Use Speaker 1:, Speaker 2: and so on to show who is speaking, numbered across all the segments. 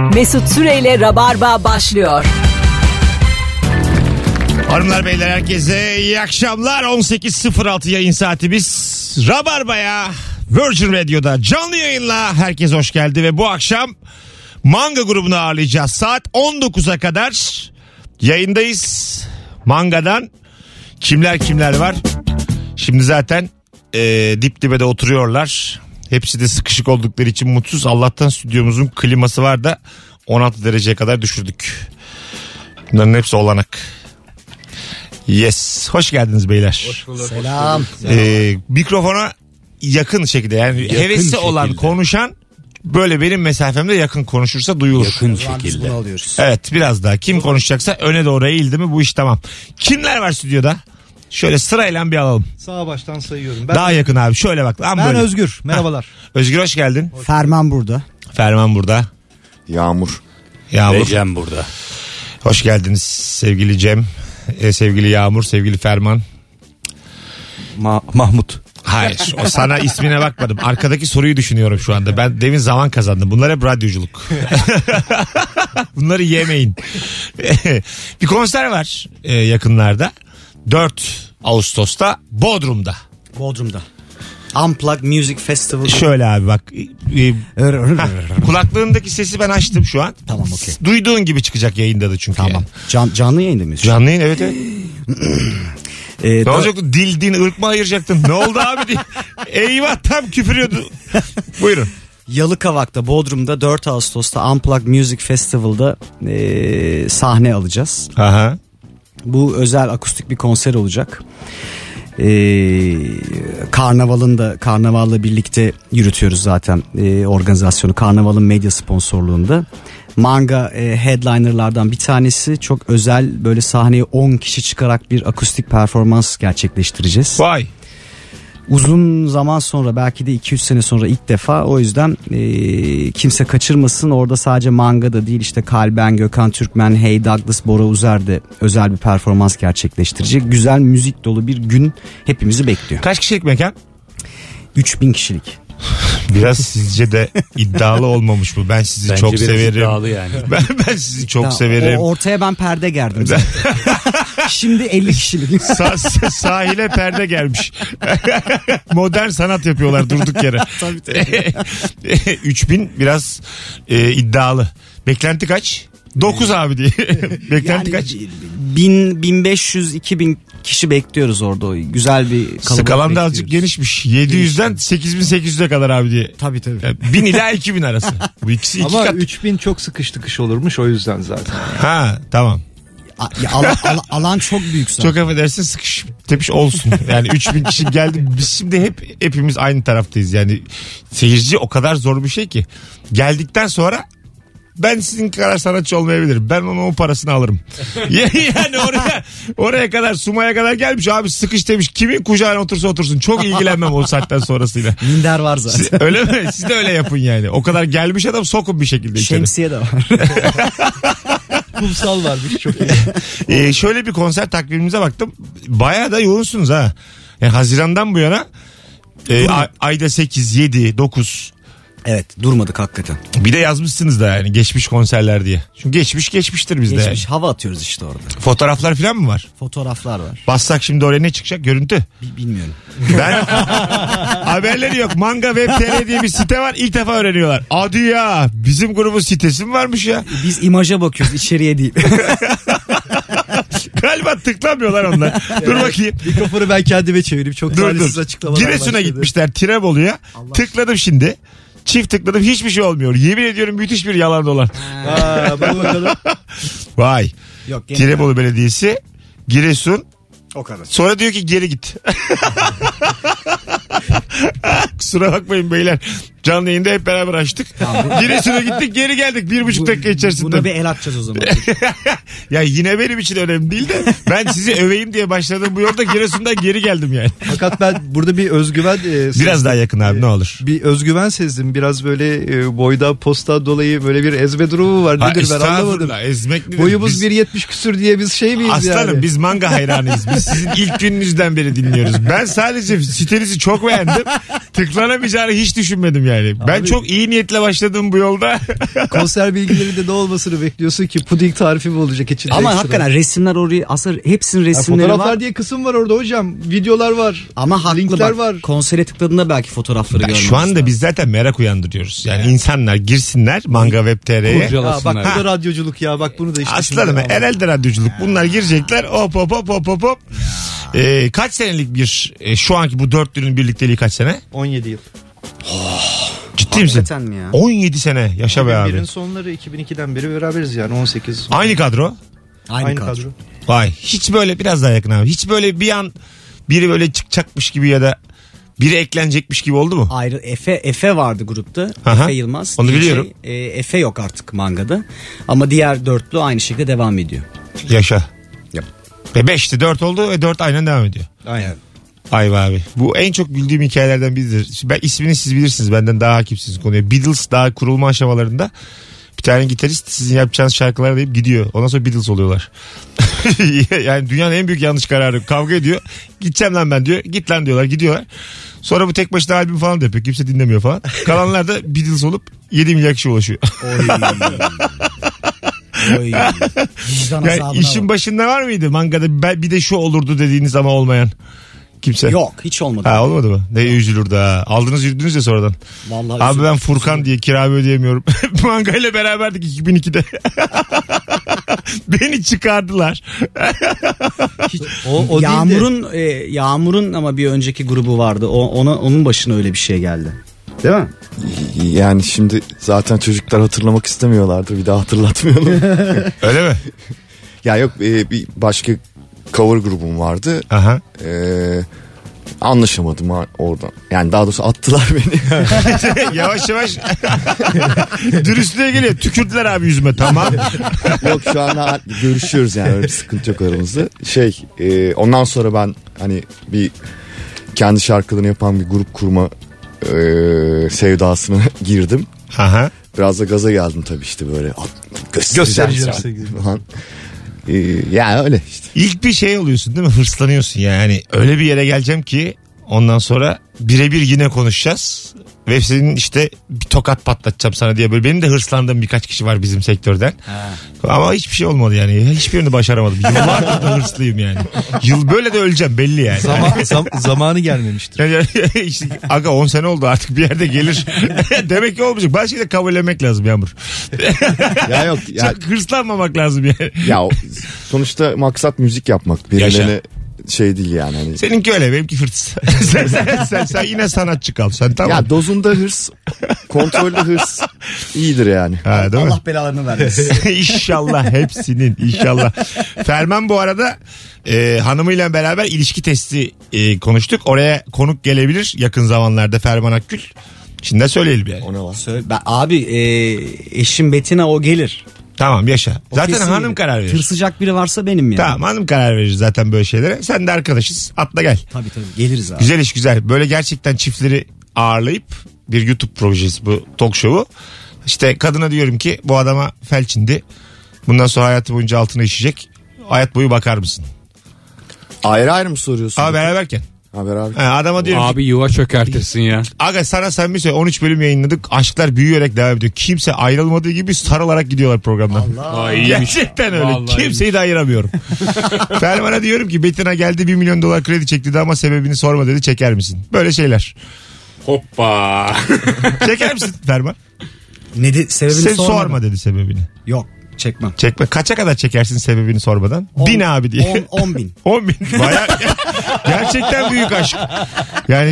Speaker 1: Mesut Süreyle Rabarba başlıyor.
Speaker 2: Hanımlar beyler herkese iyi akşamlar. 18.06 yayın saatimiz. Rabarba'ya Virgin Radio'da canlı yayınla herkes hoş geldi ve bu akşam Manga grubunu ağırlayacağız. Saat 19'a kadar yayındayız. Manga'dan kimler var? Şimdi zaten dip dibe de oturuyorlar. Hepsi de sıkışık oldukları için mutsuz. Allah'tan stüdyomuzun kliması var da 16 dereceye kadar düşürdük. Bunların hepsi olanak. Yes. Hoş geldiniz beyler.
Speaker 3: Hoş bulduk.
Speaker 4: Selam.
Speaker 2: Mikrofona yakın şekilde yani
Speaker 3: yakın
Speaker 2: hevesli
Speaker 3: şekilde
Speaker 2: olan konuşan böyle benim mesafemde yakın konuşursa duyulur.
Speaker 3: Yakın
Speaker 4: Biz
Speaker 3: şekilde.
Speaker 4: bunu alıyoruz.
Speaker 2: Evet biraz daha. Kim konuşacaksa öne doğru eğildi mi bu iş tamam. Kimler var stüdyoda? Şöyle sırayla bir alalım.
Speaker 3: Sağ baştan sayıyorum.
Speaker 2: Daha yakın abi şöyle bak. Lan
Speaker 3: Ben
Speaker 2: böyle.
Speaker 3: Özgür. Merhabalar.
Speaker 2: Özgür hoş geldin.
Speaker 4: Ferman burada.
Speaker 2: Ferman burada.
Speaker 5: Yağmur.
Speaker 2: Yağmur.
Speaker 3: Cem burada.
Speaker 2: Hoş geldiniz sevgili Cem. Sevgili Yağmur, sevgili Ferman.
Speaker 3: Mahmut.
Speaker 2: Hayır o sana ismine bakmadım. Arkadaki soruyu düşünüyorum şu anda. Ben demin zaman kazandım. Bunlar hep radyoculuk. Bunları yemeyin. Bir konser var yakınlarda. 4 Ağustos'ta Bodrum'da.
Speaker 4: Bodrum'da. Unplugged Music Festival.
Speaker 2: Şöyle abi bak. Kulaklığındaki sesi ben açtım şu an.
Speaker 4: Tamam, okey.
Speaker 2: Duyduğun gibi çıkacak yayında da çünkü.
Speaker 4: Tamam.
Speaker 2: Yani.
Speaker 4: Canlı yayında mıyız?
Speaker 2: Canlı yayın evet. Ne olacaktı? Dil, din, ırk mı ayıracaktın? Ne oldu abi diye. Eyvah tam küfürüyordu. Buyurun.
Speaker 4: Yalıkavak'ta Bodrum'da 4 Ağustos'ta Unplugged Music Festival'da sahne alacağız.
Speaker 2: Aha.
Speaker 4: Bu özel akustik bir konser olacak. Karnavalla birlikte yürütüyoruz zaten organizasyonu. Karnavalın medya sponsorluğunda. Manga headlinerlardan bir tanesi, çok özel böyle sahneye 10 kişi çıkarak bir akustik performans gerçekleştireceğiz.
Speaker 2: Vay.
Speaker 4: Uzun zaman sonra, belki de 2-3 sene sonra ilk defa, o yüzden kimse kaçırmasın. Orada sadece Manga da değil, işte Kalben, Gökhan Türkmen, Hey Douglas, Bora Uzer de özel bir performans gerçekleştirecek. Güzel müzik dolu bir gün hepimizi bekliyor.
Speaker 2: Kaç kişilik mekan?
Speaker 4: 3000 kişilik.
Speaker 2: Biraz sizce de iddialı olmamış bu. Ben sizi
Speaker 3: Bence
Speaker 2: çok
Speaker 3: biraz
Speaker 2: severim.
Speaker 3: iddialı yani.
Speaker 2: Ben sizi çok
Speaker 4: Tamam,
Speaker 2: severim.
Speaker 4: Ortaya ben perde gerdim zaten. Şimdi 50 kişilik.
Speaker 2: Sahile perde gelmiş. Modern sanat yapıyorlar durduk yere.
Speaker 4: Tabii.
Speaker 2: 3000 biraz iddialı. Beklenti kaç? 9 abi diye. Beklenti kaç?
Speaker 4: 1500-2000 kişi bekliyoruz orada. O güzel bir kalabalık
Speaker 2: Skalan da
Speaker 4: bekliyoruz.
Speaker 2: azıcık genişmiş. 700'den 8800'e kadar abi diye.
Speaker 4: Tabii.
Speaker 2: Yani 1000 ila 2000 arası. Bu ikisi iki
Speaker 3: Ama
Speaker 2: kat.
Speaker 3: 3000 çok sıkış tıkış olurmuş o yüzden zaten.
Speaker 2: Ha tamam.
Speaker 4: Alan çok büyük zaten.
Speaker 2: Çok affedersin sıkış tepiş olsun. Yani 3000 kişi geldi. Biz şimdi hepimiz aynı taraftayız. Yani seyirci o kadar zor bir şey ki. Geldikten sonra ben sizin kadar sanatçı olmayabilirim. Ben onun o parasını alırım. Yani oraya kadar, Suma'ya kadar gelmiş abi, sıkış demiş. Kimin kucağına otursa otursun. Çok ilgilenmem o saatten sonrasıyla.
Speaker 4: Minder var zaten.
Speaker 2: Öyle mi? Siz de öyle yapın yani. O kadar gelmiş adam sokun bir şekilde içeri.
Speaker 4: Şemsiye de var.
Speaker 3: Kumsal varmış çok iyi.
Speaker 2: Şöyle bir konser takvimimize baktım. Bayağı da yoğunsunuz ha. Yani Haziran'dan bu yana ayda 8, 7, 9.
Speaker 4: Evet, durmadık hakikaten.
Speaker 2: Bir de yazmışsınız da yani geçmiş konserler diye. Çünkü geçmiştir bizde.
Speaker 4: Geçmiş hava atıyoruz işte orada.
Speaker 2: Fotoğraflar falan mı var?
Speaker 4: Fotoğraflar var.
Speaker 2: Bassak şimdi oraya ne çıkacak? Görüntü.
Speaker 4: Bilmiyorum.
Speaker 2: Ben haberleri yok. Manga Web.tr diye bir site var. İlk defa öğreniyorlar. Hadi ya, bizim grubun sitesi mi varmış ya?
Speaker 4: Biz imaja bakıyoruz, içeriye değil.
Speaker 2: Galiba tıklamıyorlar onlar. Dur bakayım.
Speaker 3: Mikrofonu ben kendime çevireyim. Çok talihsiz açıklamalar
Speaker 2: Giresun'a
Speaker 3: başladı.
Speaker 2: gitmişler Tirebolu'ya. Tıkladım şimdi. Çift tıkladım, hiçbir şey olmuyor. Yemin ediyorum müthiş bir yalan dolan.
Speaker 3: Bak bakalım.
Speaker 2: Vay.
Speaker 4: Yok,
Speaker 2: Tirebolu Belediyesi, Giresun.
Speaker 4: o kadar.
Speaker 2: Sonra diyor ki geri git. Kusura bakmayın beyler. Canlı yayında hep beraber açtık. Giresun'a gittik, geri geldik 1,5 dakika içerisinde.
Speaker 4: Buna bir el atacağız o zaman.
Speaker 2: Ya yine benim için önemli değil de ben sizi öveyim diye başladım bu yolda, Giresun'dan geri geldim yani.
Speaker 3: Fakat ben burada bir özgüven
Speaker 2: Biraz daha yakın abi ne olur.
Speaker 3: bir özgüven sezdim. Biraz böyle boyda posta dolayı böyle bir ezme durumu var. Nedir ben anlamadım.
Speaker 2: Estağfurullah, ezmek nedir?
Speaker 3: Boyumuz
Speaker 2: Biz-
Speaker 3: 1.70 küsür diye biz şey miyiz
Speaker 2: Aslanım
Speaker 3: yani?
Speaker 2: biz manga hayranıyız. Biz sizin ilk gününüzden beri dinliyoruz. Ben sadece sitenizi çok beğendim. tıklanamayacağını hiç düşünmedim yani. Ben çok iyi niyetle başladım bu yolda.
Speaker 3: Konser bilgilerinde ne olmasını bekliyorsun ki? Puding tarifi mi olacak içinde?
Speaker 4: Ama
Speaker 3: ekstra?
Speaker 4: hakikaten resimler oraya aslında hepsinin resimleri
Speaker 3: Fotoğraflar
Speaker 4: var.
Speaker 3: diye kısım var orada hocam. Videolar var.
Speaker 4: Ama haklı
Speaker 3: linkler
Speaker 4: bak.
Speaker 3: var.
Speaker 4: Konsere tıkladığında belki fotoğrafları görmemiz
Speaker 2: Şu anda
Speaker 4: lazım.
Speaker 2: biz zaten merak uyandırıyoruz. Yani insanlar girsinler Manga Web.tr'ye.
Speaker 3: Bak bu da radyoculuk ya. Bak bunu da işte.
Speaker 2: Aslanım herhalde radyoculuk. Bunlar girecekler. Hop hop hop hop hop hop. Kaç senelik bir şu anki bu dörtlünün birlikteliği kaç sene?
Speaker 3: 17 yıl.
Speaker 2: Ciddi misin?
Speaker 4: Hakikaten mi ya?
Speaker 2: 17 sene. Yaşa be abi.
Speaker 3: 2001'in sonları 2002'den beri beraberiz yani 18.
Speaker 2: Aynı kadro.
Speaker 3: Aynı kadro.
Speaker 2: Vay. Hiç böyle biraz daha yakın abi. Hiç böyle bir an biri böyle çıkacakmış gibi ya da biri eklenecekmiş gibi oldu mu?
Speaker 4: Ayrı Efe vardı grupta.
Speaker 2: Aha.
Speaker 4: Efe Yılmaz.
Speaker 2: Onu
Speaker 4: DJ.
Speaker 2: biliyorum.
Speaker 4: Efe yok artık Manga'da. Ama diğer dörtlü aynı şekilde devam ediyor.
Speaker 2: Yaşa.
Speaker 4: Yap.
Speaker 2: Ve 5'ti 4 oldu ve 4 aynen devam ediyor.
Speaker 3: Aynen.
Speaker 2: Ay be abi. Bu en çok bildiğim hikayelerden biridir. Ben ismini siz bilirsiniz. Benden daha hakimsiniz konuya. Beatles daha kurulma aşamalarında bir tane gitarist sizin yapacağınız şarkılar deyip gidiyor. Ondan sonra Beatles oluyorlar. Yani dünyanın en büyük yanlış kararı. Kavga ediyor. Gideceğim lan ben diyor. Git lan diyorlar. Gidiyorlar. Sonra bu tek başına albüm falan da yapıyor. Kimse dinlemiyor falan. Kalanlar da Beatles olup 7 milyar kişi ulaşıyor.
Speaker 4: Oy. Vicdan
Speaker 2: Yani
Speaker 4: azabına
Speaker 2: işin
Speaker 4: bak.
Speaker 2: başında var mıydı mangada bir de şu olurdu dediğiniz ama olmayan? Kimse.
Speaker 4: Yok hiç olmadı.
Speaker 2: Ha olmadı mı? Ne üzülürdü ha. Aldınız yürüdünüz ya sonradan.
Speaker 4: Vallahi
Speaker 2: Abi
Speaker 4: üzüldüm.
Speaker 2: ben Furkan diye kiramı ödeyemiyorum. Manga ile beraberdik 2002'de. Beni çıkardılar.
Speaker 3: O
Speaker 4: Yağmur'un ama bir önceki grubu vardı. Onun başına öyle bir şey geldi. Değil mi?
Speaker 5: Yani şimdi zaten çocuklar hatırlamak istemiyorlardır. Bir daha hatırlatmayalım.
Speaker 2: Öyle mi?
Speaker 5: Ya yok bir başka cover grubum vardı.
Speaker 2: Aha.
Speaker 5: Anlaşamadım oradan. Yani daha doğrusu attılar beni.
Speaker 2: Yavaş yavaş dürüstlüğe geliyor. Tükürdüler abi yüzüme tamam.
Speaker 5: Yok şu an görüşüyoruz yani öyle bir sıkıntı yok aramızda. Ondan sonra ben hani bir kendi şarkılarını yapan bir grup kurma sevdasına girdim.
Speaker 2: Aha.
Speaker 5: Biraz da gaza geldim tabii işte böyle
Speaker 3: Göstereceğim
Speaker 5: falan. Yani öyle işte.
Speaker 2: İlk bir şey oluyorsun değil mi? Hırslaniyorsun yani. Öyle bir yere geleceğim ki ondan sonra birebir yine konuşacağız. Ve senin işte bir tokat patlatacağım sana diye böyle. Benim de hırslandığım birkaç kişi var bizim sektörden. Ama hiçbir şey olmadı yani. Hiçbirini başaramadım. Yıllardır da hırslıyım yani. Böyle de öleceğim belli yani.
Speaker 3: Zamanı gelmemiştir.
Speaker 2: Yani işte, aga 10 sene oldu artık bir yerde gelir. Demek ki olmayacak. Başka şey de kabullenmek lazım Yağmur.
Speaker 5: Ya yok. Ya,
Speaker 2: Çok hırslanmamak lazım yani.
Speaker 5: ya sonuçta maksat müzik yapmak. Birilerine şey değil yani. Hani.
Speaker 2: Seninki öyle benimki hırs. sen yine sanatçı kal. Sen tamam.
Speaker 5: Ya dozunda hırs, kontrollü hırs iyidir yani.
Speaker 2: Ha, değil mi?
Speaker 4: Allah belalarını vermesin.
Speaker 2: İnşallah hepsinin inşallah. Ferman bu arada hanımıyla beraber ilişki testi konuştuk. Oraya konuk gelebilir yakın zamanlarda Ferman Akgül. Şimdi de söyleyelim yani.
Speaker 5: O ne var?
Speaker 4: Abi eşim Betina o gelir.
Speaker 2: Tamam yaşa.
Speaker 4: O
Speaker 2: Zaten
Speaker 4: kesin
Speaker 2: hanım
Speaker 4: gelir.
Speaker 2: karar verir.
Speaker 4: Tırsacak biri varsa benim yani.
Speaker 2: Tamam hanım karar verir zaten böyle şeylere. Sen de arkadaşız. Atla gel.
Speaker 4: Tabii geliriz abi.
Speaker 2: Güzel iş güzel. Böyle gerçekten çiftleri ağırlayıp bir YouTube projesi bu talk show'u. İşte kadına diyorum ki bu adama felçindi. Bundan sonra hayatı boyunca altına işecek. Hayat boyu bakar mısın?
Speaker 5: Ayrı ayrı mı soruyorsun?
Speaker 2: Ama beraberken.
Speaker 5: Ha beraber.
Speaker 2: Adama diyorum ki
Speaker 6: Abi yuva çökertirsin ya.
Speaker 2: aga sana sen bir söyle 13 bölüm yayınladık. Aşklar büyüyerek devam ediyor. Kimse ayrılmadığı gibi sarılarak gidiyorlar programdan.
Speaker 6: Ay,
Speaker 2: Gerçekten öyle.
Speaker 6: Vallahi
Speaker 2: Kimseyi de ayıramıyorum. Ferman'a diyorum ki Betina geldi $1 milyon kredi çekti ama sebebini sorma dedi çeker misin? Böyle şeyler.
Speaker 6: Hoppa.
Speaker 2: Çeker misin Ferman?
Speaker 4: Sebebini
Speaker 2: Sen
Speaker 4: sormadım.
Speaker 2: sorma dedi sebebini.
Speaker 4: Yok çekmem.
Speaker 2: Çekme. Kaça kadar çekersin sebebini sormadan? 1000 abi diye.
Speaker 4: 10 bin.
Speaker 2: 10 bin. Baya gerçekten büyük aşk. Yani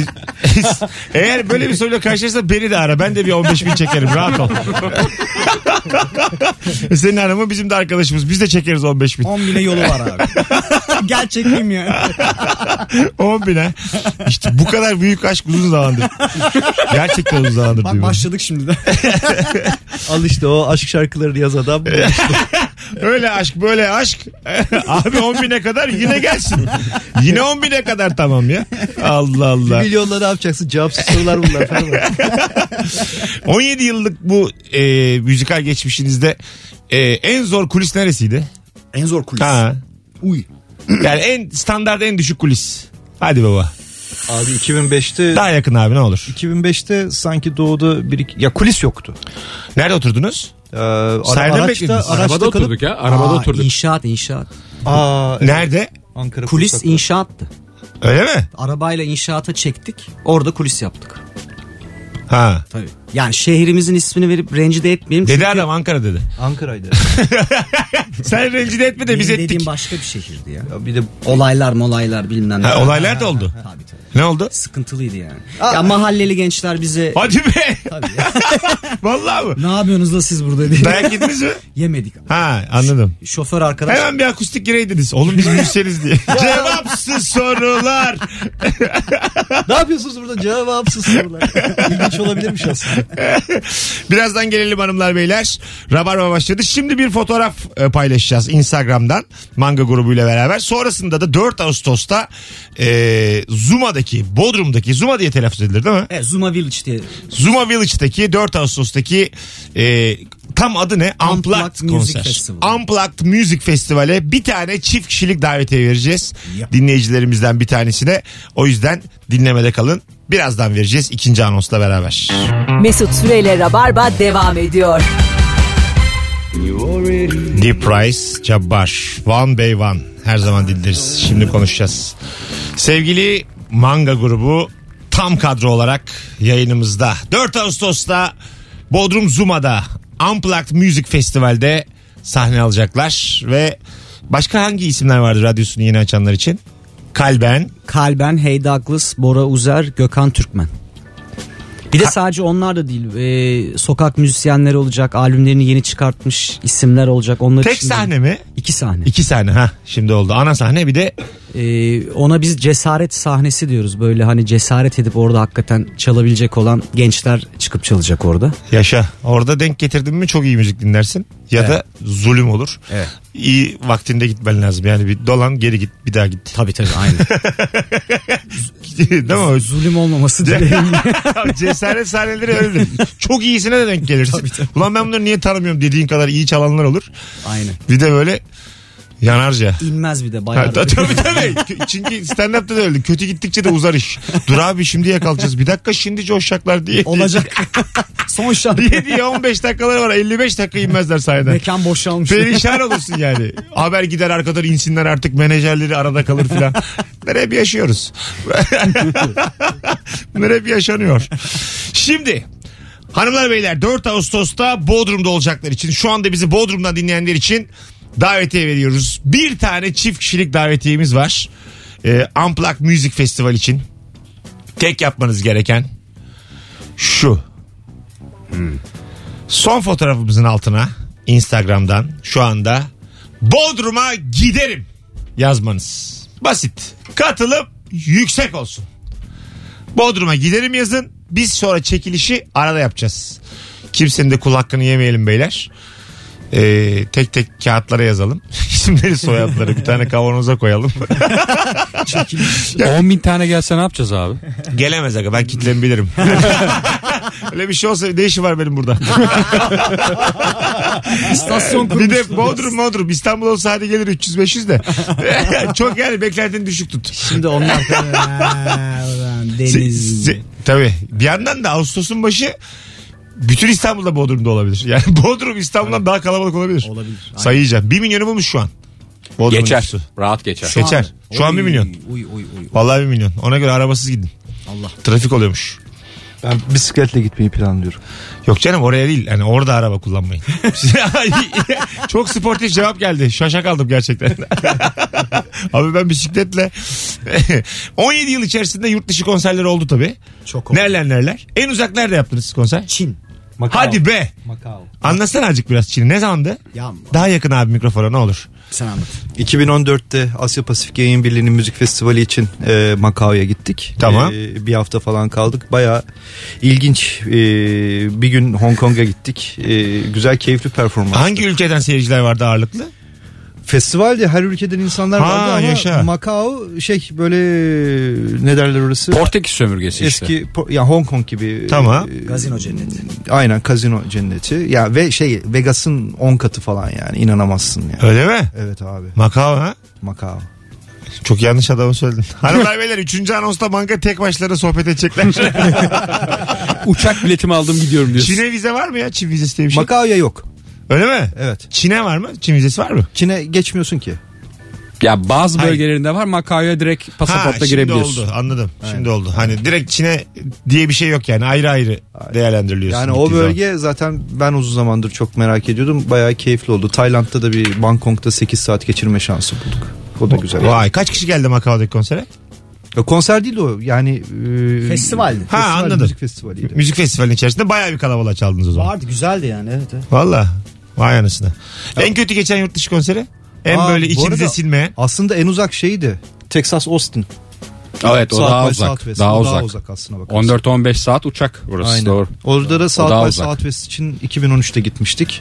Speaker 2: eğer böyle bir soruyla karşılaşırsa beni de ara. Ben de bir 15 bin çekerim. Rahat ol. Senin hanımın bizim de arkadaşımız. Biz de çekeriz 15 bin.
Speaker 4: 10 bine yolu var abi. Gel çekeyim ya.
Speaker 2: 10 bin ha. İşte bu kadar büyük aşk uzun zamandır. Gerçekten uzun zamandır.
Speaker 4: Bak
Speaker 2: diyorum.
Speaker 4: başladık şimdi de.
Speaker 3: Al işte o aşk şarkılarını yaz adam.
Speaker 2: Öyle aşk böyle aşk. Abi 10 bine kadar yine gelsin. Yine 10 bine kadar tamam ya. Allah Allah.
Speaker 3: 1 milyonla ne yapacaksın? Cevapsız sorular bunlar falan.
Speaker 2: 17 yıllık bu müzikal geçmişinizde en zor kulis neresiydi?
Speaker 4: En zor kulis.
Speaker 2: Ha.
Speaker 4: Uy.
Speaker 2: Yani en standart en düşük kulis. Hadi baba.
Speaker 3: Abi 2005'te
Speaker 2: Daha yakın abi ne olur.
Speaker 3: 2005'te sanki doğuda ya kulis yoktu.
Speaker 2: Nerede oturdunuz?
Speaker 3: Araçta
Speaker 6: Arabada
Speaker 3: kalıp
Speaker 6: oturduk ya. Arabada oturduk.
Speaker 4: İnşaat.
Speaker 3: evet.
Speaker 2: Nerede?
Speaker 3: Ankara
Speaker 4: Kulis
Speaker 3: Fırsat'ta.
Speaker 4: inşaattı.
Speaker 2: Öyle mi?
Speaker 4: Arabayla inşaata çektik. Orada kulis yaptık.
Speaker 2: Ha.
Speaker 4: Tabii. Yani şehrimizin ismini verip rencide etmeyelim.
Speaker 2: Dedi
Speaker 4: çünkü
Speaker 2: adam Ankara dedi.
Speaker 3: Ankara'ydı.
Speaker 2: Sen rencide etme de
Speaker 4: benim
Speaker 2: biz
Speaker 4: dediğim
Speaker 2: ettik.
Speaker 4: başka bir şehirdi ya.
Speaker 3: Ya bir de
Speaker 4: Olaylar bilmem ne.
Speaker 2: Ha, olaylar da oldu.
Speaker 4: Tabii.
Speaker 2: Ne oldu?
Speaker 4: Sıkıntılıydı yani. Ya mahalleli gençler bize...
Speaker 2: Hadi be.
Speaker 4: Tabii.
Speaker 2: Vallahi mı?
Speaker 4: Ne yapıyorsunuz da siz burada diye.
Speaker 2: Dayak yediniz mi?
Speaker 4: Yemedik.
Speaker 2: Ha anladım.
Speaker 4: Şoför arkadaş.
Speaker 2: Hemen bir akustik gireydiniz. Oğlum biz müzisyeniz diye. Cevapsız sorular.
Speaker 3: ne yapıyorsunuz burada? Cevapsız sorular. İlginç olabilirmiş aslında.
Speaker 2: Birazdan gelelim hanımlar beyler. Rabarba başladı. Şimdi bir fotoğraf paylaşacağız Instagram'dan. Manga grubuyla beraber. Sonrasında da 4 Ağustos'ta Zuma'daki, Bodrum'daki, Zuma diye telaffuz edilir değil mi?
Speaker 4: Evet, Zuma Village diye.
Speaker 2: Zuma Village'daki 4 Ağustos'taki tam adı ne? Unplugged
Speaker 4: Unplugged Music
Speaker 2: konser.
Speaker 4: Festival.
Speaker 2: Unplugged Music Festival'e bir tane çift kişilik davetiye vereceğiz.
Speaker 4: Yap.
Speaker 2: Dinleyicilerimizden bir tanesine. O yüzden dinlemede kalın. Birazdan vereceğiz 2. anonsla beraber.
Speaker 1: Mesut Süreyle Rabarba devam ediyor.
Speaker 2: Deep Price, Cabbar, One by One. Her zaman dinleriz. Şimdi konuşacağız. Sevgili Manga grubu tam kadro olarak yayınımızda. 4 Ağustos'ta Bodrum Zuma'da Unplugged Music Festival'de sahne alacaklar. Ve başka hangi isimler vardı radyosunu yeni açanlar için?
Speaker 4: Kalben, Hey Douglas, Bora Uzer, Gökhan Türkmen. Bir de sadece onlar da değil. Sokak müzisyenleri olacak. Albümlerini yeni çıkartmış isimler olacak. Onlar
Speaker 2: Tek
Speaker 4: için
Speaker 2: sahne mi?
Speaker 4: 2 sahne.
Speaker 2: 2 sahne ha şimdi oldu. Ana sahne bir de
Speaker 4: Ona biz cesaret sahnesi diyoruz. Böyle hani cesaret edip orada hakikaten çalabilecek olan gençler çıkıp çalacak orada.
Speaker 2: yaşa. Orada denk getirdin mi çok iyi müzik dinlersin. Ya da zulüm olur.
Speaker 4: Evet.
Speaker 2: İyi vaktinde gitmen lazım. Yani bir dolan geri git bir daha git.
Speaker 4: Tabii aynen.
Speaker 2: Değil mi?
Speaker 4: Zulüm olmaması dileğiyle.
Speaker 2: Cesaret sahneleri öyledir. Çok iyisine de denk gelirsin. Ulan ben bunları niye tanımıyorum dediğin kadar iyi çalanlar olur.
Speaker 4: Aynen.
Speaker 2: Bir de böyle yanarca.
Speaker 4: İnmez bir de bayağı.
Speaker 2: Tabii. Çünkü stand-up'ta da öyle. Kötü gittikçe de uzar iş. Dur abi şimdi yakalayacağız. Bir dakika şimdi coşacaklar diye.
Speaker 4: Olacak. Son şarkı.
Speaker 2: diye 15 dakikaları var. 55 dakika inmezler sahneden.
Speaker 4: Mekan boşalmış.
Speaker 2: Perişan olursun yani. Haber gider arkadan insinler artık menajerleri arada kalır filan. Bunlar hep yaşıyoruz. Bunlar hep yaşanıyor. Şimdi hanımlar beyler 4 Ağustos'ta Bodrum'da olacaklar için şu anda bizi Bodrum'dan dinleyenler için davetiye veriyoruz. Bir tane çift kişilik davetiyemiz var. Unplugged Music Festival için. Tek yapmanız gereken şu. Son fotoğrafımızın altına Instagram'dan şu anda Bodrum'a giderim yazmanız. Basit. Katılım yüksek olsun. Bodrum'a giderim yazın. Biz sonra çekilişi arada yapacağız. Kimsenin de kul hakkını yemeyelim beyler. Tek tek kağıtlara yazalım. İsimleri soyadları bir tane kavanoza koyalım.
Speaker 6: 10.000 tane gelse ne yapacağız abi?
Speaker 2: Gelemez aga ben kitlemi bilirim. Öyle bir şey olsa ne işi var benim burada?
Speaker 4: İstasyon kurmuş.
Speaker 2: Bir de Bodrum İstanbul olsa hadi gelir 300-500 de. Çok yani beklentini düşük tut.
Speaker 4: Şimdi onlar deniz.
Speaker 2: Tabii bir yandan da Ağustos'un başı bütün İstanbul'da Bodrum'da olabilir. Yani Bodrum İstanbul'dan daha kalabalık olabilir.
Speaker 4: Olabilir.
Speaker 2: Sayacağım. 1 milyonu bulmuş şu an. Bodrum
Speaker 6: Geçer.
Speaker 2: nüfusu.
Speaker 6: Rahat geçer.
Speaker 2: Geçer. Şu an 1 milyon.
Speaker 4: Uy.
Speaker 2: Vallahi 1 milyon. Ona göre arabasız gidin.
Speaker 4: Allah.
Speaker 2: Trafik oluyormuş.
Speaker 3: Ben bisikletle gitmeyi planlıyorum.
Speaker 2: Yok canım oraya değil. Yani orada araba kullanmayın. Çok sportif cevap geldi. Şaşa kaldım gerçekten. Abi ben bisikletle 17 yıl içerisinde yurt dışı konserleri oldu tabii.
Speaker 4: Çok oldu.
Speaker 2: Nereler? En uzak nerede yaptınız konser?
Speaker 4: Çin.
Speaker 3: Macao.
Speaker 2: Hadi be.
Speaker 3: Macao.
Speaker 2: Anlatsana azıcık biraz Çin'i. Ne zamandı?
Speaker 4: Ya
Speaker 2: Daha yakın abi mikrofona ne olur.
Speaker 4: sen anlat.
Speaker 3: 2014'te Asya Pasifik Yayın Birliği'nin müzik festivali için Macao'ya gittik.
Speaker 2: Tamam.
Speaker 3: Bir hafta falan kaldık. Bayağı ilginç. Bir gün Hong Kong'a gittik. Güzel, keyifli performans.
Speaker 2: Hangi ülkeden seyirciler vardı ağırlıklı?
Speaker 3: Festivalde her ülkeden insanlar
Speaker 2: Ha,
Speaker 3: vardı ama
Speaker 2: yaşa.
Speaker 3: Macao böyle ne derler orası?
Speaker 6: Portekiz sömürgesi işte.
Speaker 3: Eski ya Hong Kong gibi.
Speaker 2: Tamam.
Speaker 4: Gazino cenneti.
Speaker 3: Aynen kazino cenneti. Ya ve Vegas'ın 10 katı falan yani inanamazsın yani.
Speaker 2: Öyle mi?
Speaker 3: Evet abi.
Speaker 2: Macao ha?
Speaker 3: Macao.
Speaker 2: Çok yanlış adamı söyledin. Hanımlar beyler 3. anonsta manga tek başlarına sohbet edecekler.
Speaker 6: Uçak biletimi aldım gidiyorum diyorsun.
Speaker 2: Çin'e vize var mı ya? Çin vizesi diye bir şey.
Speaker 3: Makao'ya yok.
Speaker 2: Öyle mi?
Speaker 3: Evet.
Speaker 2: Çin'e var mı? Çin vizesi var mı?
Speaker 3: Çin'e geçmiyorsun ki.
Speaker 6: Ya bazı
Speaker 2: Hayır.
Speaker 6: bölgelerinde var, Makao'ya direkt pasaportla
Speaker 2: Şimdi
Speaker 6: girebiliyorsun.
Speaker 2: oldu, anladım. Şimdi oldu. Hani direkt Çin'e diye bir şey yok yani. Ayrı ayrı değerlendiriliyorsun.
Speaker 3: Yani o
Speaker 2: gittiği
Speaker 3: bölge zaten ben uzun zamandır çok merak ediyordum. Bayağı keyifli oldu. Tayland'da da bir Bangkok'ta 8 saat geçirme şansı bulduk. O da güzel.
Speaker 2: zaman. Vay, kaç kişi geldi Makao'daki konsere?
Speaker 3: Konser değil o. Yani
Speaker 4: Festivaldi.
Speaker 2: Ha, anladım.
Speaker 3: Müzik festivaliydi.
Speaker 2: Müzik festivalinin içerisinde bayağı bir kalabalığa çaldınız o zaman.
Speaker 4: Vardı, güzeldi yani, evet.
Speaker 2: Valla. Vay anasını. En kötü geçen yurt dışı konseri? En
Speaker 3: Aa,
Speaker 2: böyle
Speaker 3: bu
Speaker 2: içinize
Speaker 3: arada
Speaker 2: sinmeyen.
Speaker 3: Aslında en uzak şeydi. Texas Austin.
Speaker 6: Evet, o daha uzak. Daha uzak.
Speaker 3: uzak aslına bakarsan.
Speaker 6: 14-15 saat uçak burası.
Speaker 3: Aynen.
Speaker 6: Doğru.
Speaker 3: Orada da South
Speaker 6: daha
Speaker 3: by
Speaker 6: uzak.
Speaker 3: Southwest için 2013'te gitmiştik.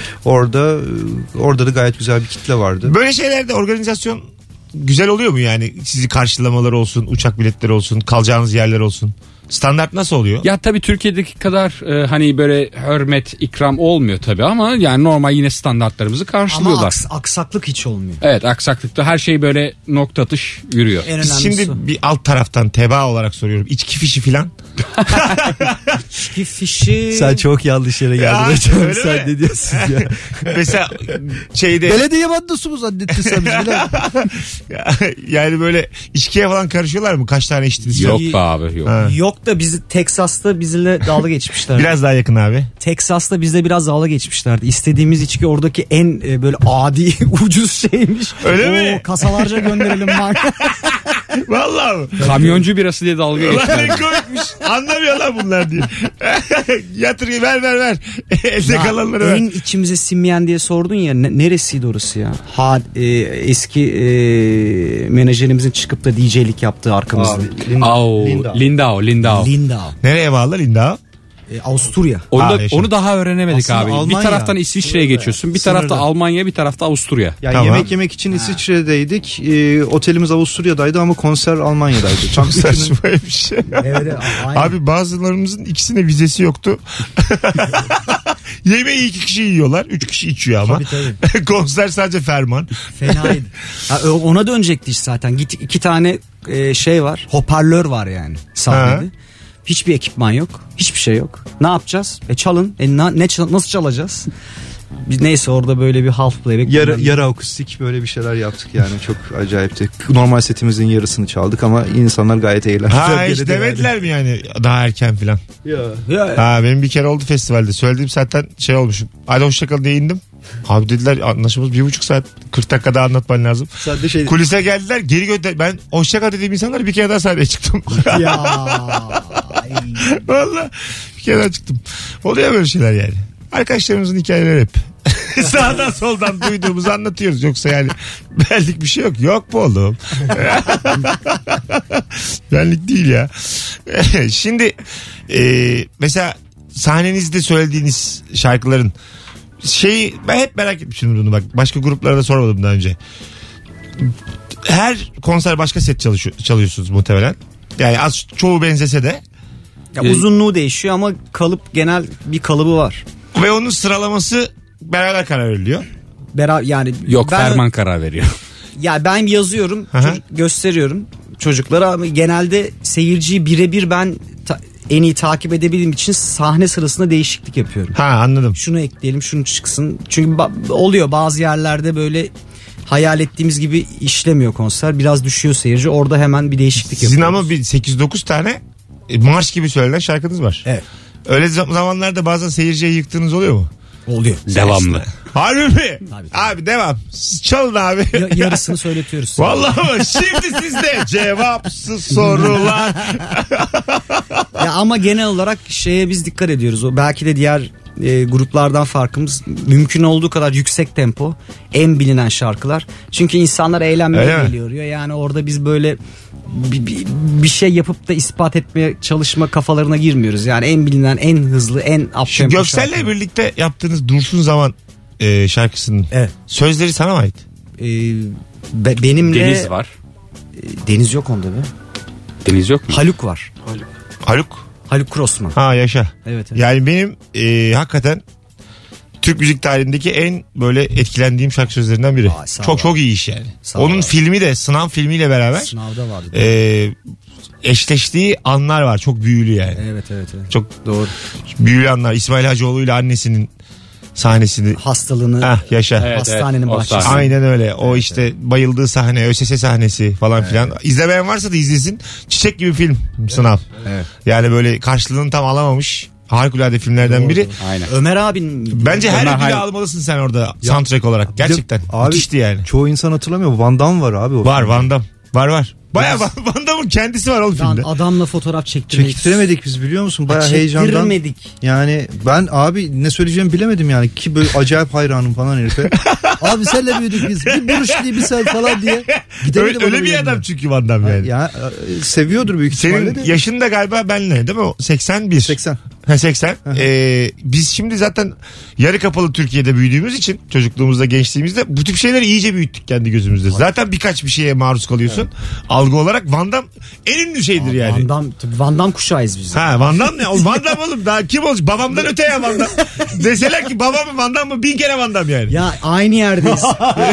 Speaker 3: Orada da gayet güzel bir kitle vardı.
Speaker 2: Böyle şeylerde organizasyon güzel oluyor mu yani? Sizi karşılamaları olsun, uçak biletleri olsun, kalacağınız yerler olsun. Standart nasıl oluyor?
Speaker 6: Ya tabii Türkiye'deki kadar hani böyle hürmet, ikram olmuyor tabii ama yani normal yine standartlarımızı
Speaker 4: Ama
Speaker 6: karşılıyorlar.
Speaker 4: aksaklık hiç olmuyor.
Speaker 6: Evet, aksaklıkta her şey böyle nokta atış yürüyor.
Speaker 4: En
Speaker 2: Biz
Speaker 4: önemlisi
Speaker 2: şimdi bir alt taraftan tebaa olarak soruyorum. İçki fişi filan.
Speaker 4: içki fişi.
Speaker 3: Sen çok yanlış yere
Speaker 2: Ya,
Speaker 3: geldin hocam.
Speaker 2: öyle
Speaker 3: Sen
Speaker 2: mi?
Speaker 3: ne diyorsun ya?
Speaker 2: Mesela şeyde
Speaker 3: Belediye bandosu mu zannettin sen bizi bile?
Speaker 2: yani böyle içkiye falan karışıyorlar mı? Kaç tane içtiniz?
Speaker 6: Yok be abi, yok.
Speaker 2: Ha.
Speaker 4: Yok da bizi Teksas'ta bizimle dalga geçmişler.
Speaker 2: Biraz daha yakın abi.
Speaker 4: Teksas'ta bizde biraz dalga geçmişlerdi. İstediğimiz içki oradaki en böyle adi ucuz şeymiş.
Speaker 2: Öyle mi?
Speaker 4: Kasalarca gönderelim marka.
Speaker 2: Vallahi mı?
Speaker 6: Kamyoncu birası diye dalga
Speaker 2: Ulan
Speaker 6: geçtiler.
Speaker 2: ne komikmiş. Anlamıyor lan bunlar diye. Yatır ver. Elde kalanları ver.
Speaker 4: En içimize sinmeyen diye sordun ya, neresiydi orası ya? Eski menajerimizin çıkıp da DJ'lik yaptığı arkamızda.
Speaker 6: Au, Lindau.
Speaker 4: Lindau.
Speaker 2: Nereye bağlı Lindau?
Speaker 4: Avusturya.
Speaker 6: Onu,
Speaker 2: yaşa.
Speaker 6: onu daha öğrenemedik
Speaker 3: Aslında
Speaker 6: abi.
Speaker 3: Almanya.
Speaker 6: Bir taraftan İsviçre'ye geçiyorsun. Bir tarafta
Speaker 3: Sınırda.
Speaker 6: Almanya, bir tarafta Avusturya.
Speaker 3: Yani
Speaker 2: Tamam.
Speaker 3: yemek yemek için İsviçre'deydik. Otelimiz Avusturya'daydı ama konser Almanya'daydı.
Speaker 2: Çok saçma bir şey.
Speaker 4: Evet, aynen.
Speaker 2: Abi bazılarımızın ikisine vizesi yoktu. Yemeği 2 kişi yiyorlar. 3 kişi içiyor ama.
Speaker 4: Tabii.
Speaker 2: Konser sadece ferman.
Speaker 4: Fenaydı. Ona dönecekti iş zaten. Git 2 tane şey var. Hoparlör var yani sahnede.
Speaker 2: Ha.
Speaker 4: Hiçbir ekipman yok. Hiçbir şey yok. Ne yapacağız? Çalın. Nasıl çalacağız? Biz neyse orada böyle bir half playback.
Speaker 3: Yarı akustik böyle bir şeyler yaptık yani çok acayipti. Normal setimizin yarısını çaldık ama insanlar gayet eğlendi.
Speaker 2: Ha hiç demediler mi yani daha erken filan?
Speaker 3: Ya.
Speaker 2: Ha benim bir kere oldu festivalde. Söylediğim saatten şey olmuşum. Hadi hoşçakalın diye indim. Abi dediler anlaşmamız 1,5 saat 40 dakika daha anlatman lazım.
Speaker 3: Sen de şey
Speaker 2: Kulise geldiler geri gönder. Ben hoşçakal dediğim insanlar bir kere daha sahneye çıktım.
Speaker 4: Ya.
Speaker 2: Valla bir kere daha çıktım. Oluyor böyle şeyler yani. Arkadaşlarımızın hikayeleri hep. Sağdan soldan duyduğumuzu anlatıyoruz. Yoksa yani benlik bir şey yok. Yok mu oğlum? Benlik değil ya. Şimdi mesela sahnenizde söylediğiniz şarkıların ben hep merak etmişim bunu bak. Başka gruplara da sormadım daha önce. Her konser başka set çalıyorsunuz muhtemelen. Yani çoğu benzese de.
Speaker 4: Ya uzunluğu değişiyor ama genel bir kalıbı var.
Speaker 2: Ve onun sıralaması beraber karar veriliyor.
Speaker 4: Yani
Speaker 6: Yok, Ferman karar veriyor.
Speaker 4: Ya ben yazıyorum, gösteriyorum çocuklara ama genelde seyirciyi birebir ben en iyi takip edebildiğim için sahne sırasında değişiklik yapıyorum.
Speaker 2: Ha anladım.
Speaker 4: Şunu ekleyelim, şunu çıksın. Çünkü oluyor bazı yerlerde böyle hayal ettiğimiz gibi işlemiyor konser. Biraz düşüyor seyirci. Orada hemen bir değişiklik
Speaker 2: Sizin
Speaker 4: yapıyoruz.
Speaker 2: ama bir 8-9 tane marş gibi söylenen şarkınız var.
Speaker 4: Evet.
Speaker 2: Öyle zamanlarda bazen seyirciye yıktığınız oluyor mu?
Speaker 4: Oluyor.
Speaker 6: Devamlı.
Speaker 2: Harbi mi?
Speaker 4: Tabii.
Speaker 2: Abi devam. Siz çalın abi.
Speaker 4: Yarısını söyletiyoruz.
Speaker 2: Vallahi mı? Şimdi sizde cevapsız sorular.
Speaker 4: Ya ama genel olarak biz dikkat ediyoruz. O belki de diğer gruplardan farkımız mümkün olduğu kadar yüksek tempo, en bilinen şarkılar. Çünkü insanlar eğlenmeye geliyor. Yani orada biz böyle bir şey yapıp da ispat etmeye çalışma kafalarına girmiyoruz. Yani en bilinen, en hızlı, en uptempo
Speaker 2: Şu Göksel'le birlikte yaptığınız Dursun Zaman şarkısının sözleri sana mı ait?
Speaker 4: Benimle
Speaker 6: Deniz var.
Speaker 4: Deniz yok onda be.
Speaker 6: Deniz yok mu?
Speaker 4: Haluk var.
Speaker 2: Haluk.
Speaker 4: Haluk Crossman.
Speaker 2: Ha yaşa.
Speaker 4: Evet.
Speaker 2: Yani benim hakikaten Türk müzik tarihindeki en böyle etkilendiğim şarkı sözlerinden biri.
Speaker 4: sağ
Speaker 2: Çok
Speaker 4: ol.
Speaker 2: çok iyi iş yani.
Speaker 4: Sağ ol
Speaker 2: Onun
Speaker 4: abi.
Speaker 2: filmi de Sınav filmiyle beraber
Speaker 4: Sınavda vardı.
Speaker 2: eşleştiği anlar var. Çok büyülü yani.
Speaker 4: Evet.
Speaker 2: Çok
Speaker 4: Doğru.
Speaker 2: büyülü anlar. İsmail Hacıoğlu ile annesinin sahnesini
Speaker 4: Hastalığını
Speaker 2: yaşa.
Speaker 6: Evet,
Speaker 4: hastanenin
Speaker 6: o
Speaker 4: bahçesi.
Speaker 6: sahne.
Speaker 2: Aynen öyle. O işte bayıldığı sahne, ÖSS sahnesi falan filan. İzlemeyen varsa da izlesin. Çiçek gibi film Sınav.
Speaker 4: Evet.
Speaker 2: Yani böyle karşılığını tam alamamış. Harikulade filmlerden biri.
Speaker 6: Aynen.
Speaker 4: Ömer abinin
Speaker 2: Bence her
Speaker 6: Ömer
Speaker 2: ödülü
Speaker 6: Hayal-
Speaker 2: almalısın sen orada soundtrack olarak. Gerçekten.
Speaker 3: Abi,
Speaker 2: Müthişti yani.
Speaker 3: Çoğu insan hatırlamıyor. Van Damme var abi. O
Speaker 2: Var
Speaker 3: filmde.
Speaker 2: Van Damme. Var. Bayağı Van Damme'ın kendisi var oğlum filmde.
Speaker 4: adamla fotoğraf çektirmek.
Speaker 3: Çektiremedik biz biliyor musun? Bayağı heyecandan.
Speaker 4: Çektirmedik.
Speaker 3: Yani ben abi ne söyleyeceğimi bilemedim yani. Ki böyle acayip hayranım falan herife. Abi senle büyüdük biz. Bir Bruce Lee bir sen falan diye. Gidemedim
Speaker 2: Öyle
Speaker 3: adamın
Speaker 2: bir
Speaker 3: yanına.
Speaker 2: adam çünkü Van Damme yani.
Speaker 3: Ya seviyordur büyük ihtimalle
Speaker 2: Senin
Speaker 3: de.
Speaker 2: yaşın da galiba benle değil mi o? 81.
Speaker 3: 80.
Speaker 2: Ha 80. Biz şimdi zaten yarı kapalı Türkiye'de büyüdüğümüz için çocukluğumuzda gençliğimizde bu tip şeyleri iyice büyüttük kendi gözümüzde. Zaten birkaç bir şeye maruz kalıyorsun. Algı olarak Van Damme en ünlü şeydir yani.
Speaker 4: Van Damme kuşağıyız biz.
Speaker 2: Ha Van Damme ne? Van Damme oğlum daha kim olacak? Babamdan öte ya Van Damme. Deseler ki babam mı Van Damme mı 1000 kere Van Damme yani.
Speaker 4: Ya aynı yerdeyiz.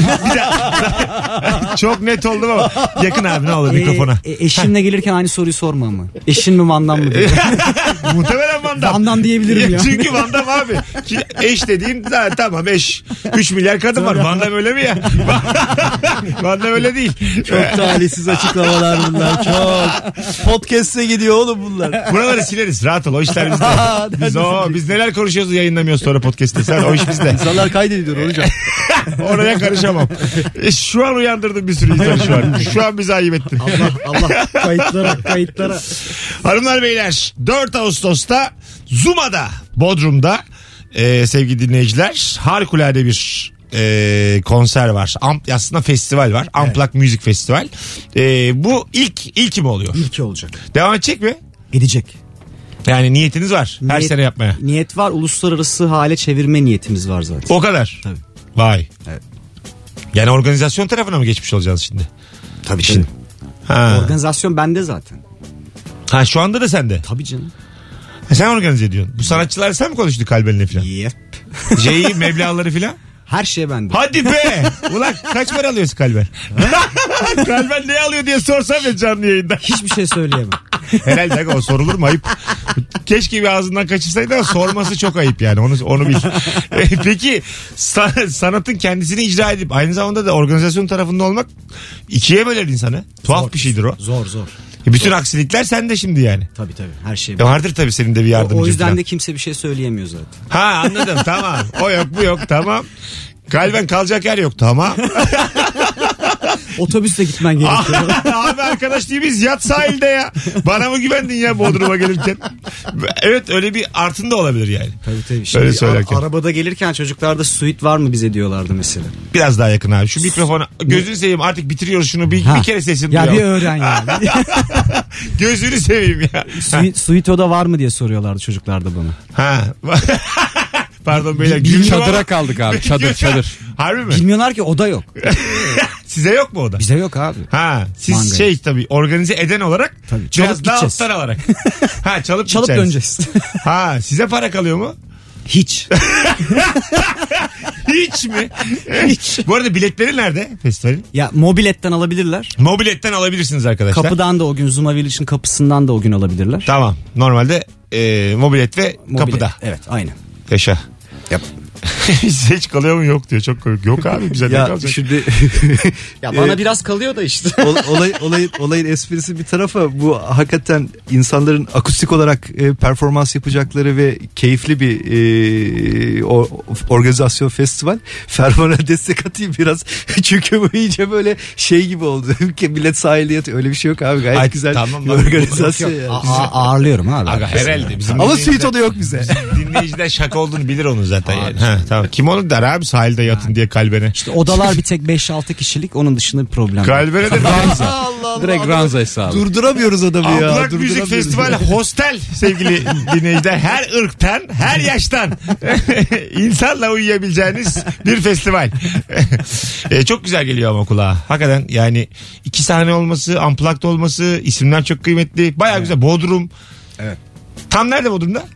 Speaker 2: Çok net oldum ama yakın abi ne olur mikrofona.
Speaker 4: Eşinle gelirken aynı soruyu sorma mı? Eşin mi Van Damme mı diye.
Speaker 2: Muhtemelen Van Damme.
Speaker 4: Van Damme diyebilirim ya.
Speaker 2: Çünkü Van Damme abi. Ki eş dediğin tamam eş. 3 milyar kadın var. Van Damme öyle mi ya? Van Damme öyle değil.
Speaker 3: Çok talihsiz açıklamalar bunlar. Çok. Podcast'e gidiyor oğlum bunlar.
Speaker 2: Buraları sileriz. Rahat ol. O işler bizde. Biz neler konuşuyoruz yayınlamıyoruz sonra podcast'te. Sen o iş bizde.
Speaker 3: İnsanlar kaydediyor hocam.
Speaker 2: Oraya karışamam. Şu an uyandırdım bir sürü insanı şu an. Şu an bizi ayıp ettin.
Speaker 4: Allah kayıtlara.
Speaker 2: Hanımlar beyler 4 Ağustos'ta Zuma'da Bodrum'da sevgili dinleyiciler harikulade bir konser var. Aslında festival var. Unplugged Music Festival. Bu ilki mi oluyor?
Speaker 4: İlki olacak.
Speaker 2: Devam edecek mi?
Speaker 4: Edecek.
Speaker 2: Yani niyetiniz var her sene yapmaya.
Speaker 4: Niyet var. Uluslararası hale çevirme niyetimiz var zaten.
Speaker 2: O kadar.
Speaker 4: Tabii.
Speaker 2: Vay.
Speaker 4: Evet.
Speaker 2: Yani organizasyon tarafına mı geçmiş olacağız şimdi?
Speaker 4: Tabii
Speaker 2: İşin. Ha.
Speaker 4: Organizasyon bende zaten.
Speaker 2: Ha şu anda da sende.
Speaker 4: Tabii canım.
Speaker 2: Ha, sen organize ediyorsun. Bu sanatçılar sen mi konuştun Kalben'le filan?
Speaker 4: Yep.
Speaker 2: Şeyi meblağları filan?
Speaker 4: Her şey bende.
Speaker 2: Hadi be. Ulan kaç para alıyorsun Kalben? Kalben ne alıyor diye sorsam ya canlı yayında.
Speaker 4: Hiçbir şey söyleyemem.
Speaker 2: Herhalde o sorulur mu ayıp? Keşke bir ağzından kaçırsaydı ama sorması çok ayıp yani onu bil. Peki sanatın kendisini icra edip aynı zamanda da organizasyon tarafında olmak ikiye böler insanı. Tuhaf bir şeydir o.
Speaker 4: Zor.
Speaker 2: Bütün aksilikler sende şimdi yani.
Speaker 4: Tabii her şey
Speaker 2: Ya vardır tabii senin de bir yardımcın.
Speaker 4: O yüzden
Speaker 2: falan.
Speaker 4: de kimse bir şey söyleyemiyor zaten.
Speaker 2: Ha anladım tamam. O yok bu yok tamam. Kalben kalacak yer yok tamam.
Speaker 4: Otobüsle gitmen gerekiyor.
Speaker 2: Abi arkadaş değil biz yat sahilde ya. Bana mı güvendin ya Bodrum'a gelirken? Evet öyle bir artın da olabilir yani.
Speaker 4: Tabii. Şimdi
Speaker 2: Öyle söylerken.
Speaker 4: arabada gelirken çocuklarda suite var mı bize diyorlardı mesela.
Speaker 2: Biraz daha yakın abi. Şu mikrofonu gözünü seveyim artık bitiriyoruz şunu bir kere sesini
Speaker 4: Ya bir
Speaker 2: duyalım.
Speaker 4: öğren yani.
Speaker 2: Gözünü seveyim ya.
Speaker 4: Suite oda var mı diye soruyorlardı çocuklarda bana.
Speaker 2: Ha. Pardon beyler.
Speaker 6: Bir
Speaker 2: güldüm
Speaker 6: çadıra
Speaker 2: ama-
Speaker 6: kaldık abi. Çadır.
Speaker 2: Harbi mi?
Speaker 4: Bilmiyorlar ki oda yok.
Speaker 2: Size yok mu o da?
Speaker 4: Bize yok abi.
Speaker 2: Ha siz
Speaker 4: Mangaya.
Speaker 2: tabii organize eden olarak
Speaker 4: Tabii,
Speaker 2: biraz
Speaker 4: çalıp
Speaker 2: daha
Speaker 4: gideceğiz.
Speaker 2: alttan alarak. Ha çalıp
Speaker 4: Çalıp
Speaker 2: gideceğiz.
Speaker 4: döneceğiz.
Speaker 2: Ha size para kalıyor mu?
Speaker 4: Hiç.
Speaker 2: Hiç mi? Hiç. Bu arada biletleri nerede festivalin?
Speaker 4: Ya mobiletten alabilirler.
Speaker 2: Mobiletten alabilirsiniz arkadaşlar.
Speaker 4: Kapıdan da o gün Zuma Village'in kapısından da o gün alabilirler.
Speaker 2: Tamam. Normalde mobilet ve
Speaker 4: Mobilet.
Speaker 2: kapıda.
Speaker 4: Evet aynen.
Speaker 2: Yaşa.
Speaker 4: Yap.
Speaker 2: Size hiç kalıyor mu yok diyor. Çok komik. Yok abi bize ne
Speaker 3: Ya
Speaker 2: kalacak?
Speaker 3: şimdi
Speaker 4: Ya bana biraz kalıyor da işte.
Speaker 3: olayın esprisi bir tarafa bu hakikaten insanların akustik olarak performans yapacakları ve keyifli bir organizasyon festival. Ferman'a destek atayım biraz. Çünkü bu iyice böyle şey gibi oldu. Millet sahilde yatıyor. Öyle bir şey yok abi. Gayet
Speaker 2: Ay,
Speaker 3: güzel
Speaker 2: tamam
Speaker 3: bir
Speaker 2: lan.
Speaker 3: organizasyon yani.
Speaker 4: Ağırlıyorum abi.
Speaker 2: Aga herhalde. Bizim
Speaker 3: Ama
Speaker 2: dinleyiciler-
Speaker 3: suite oda yok bize.
Speaker 2: Dinleyiciler şaka olduğunu bilir onu zaten yani. Ha, tamam. Kim onu der abi sahilde yatın diye Kalben'e.
Speaker 4: İşte odalar bir tek 5-6 kişilik, onun dışında bir problem yok.
Speaker 2: Kalben'e de
Speaker 6: Direkt ranza hesabı.
Speaker 3: Durduramıyoruz adamı ya.
Speaker 2: Unplugged Müzik
Speaker 3: Durduramıyoruz.
Speaker 2: Festivali hostel sevgili dinleyiciler. Her ırktan, her yaştan insanla uyuyabileceğiniz bir festival. Çok güzel geliyor ama kulağa. Hakikaten yani 2 sahne olması, unplugged olması, isimler çok kıymetli. Baya güzel. Bodrum.
Speaker 3: Evet.
Speaker 2: Tam nerede Bodrum'da?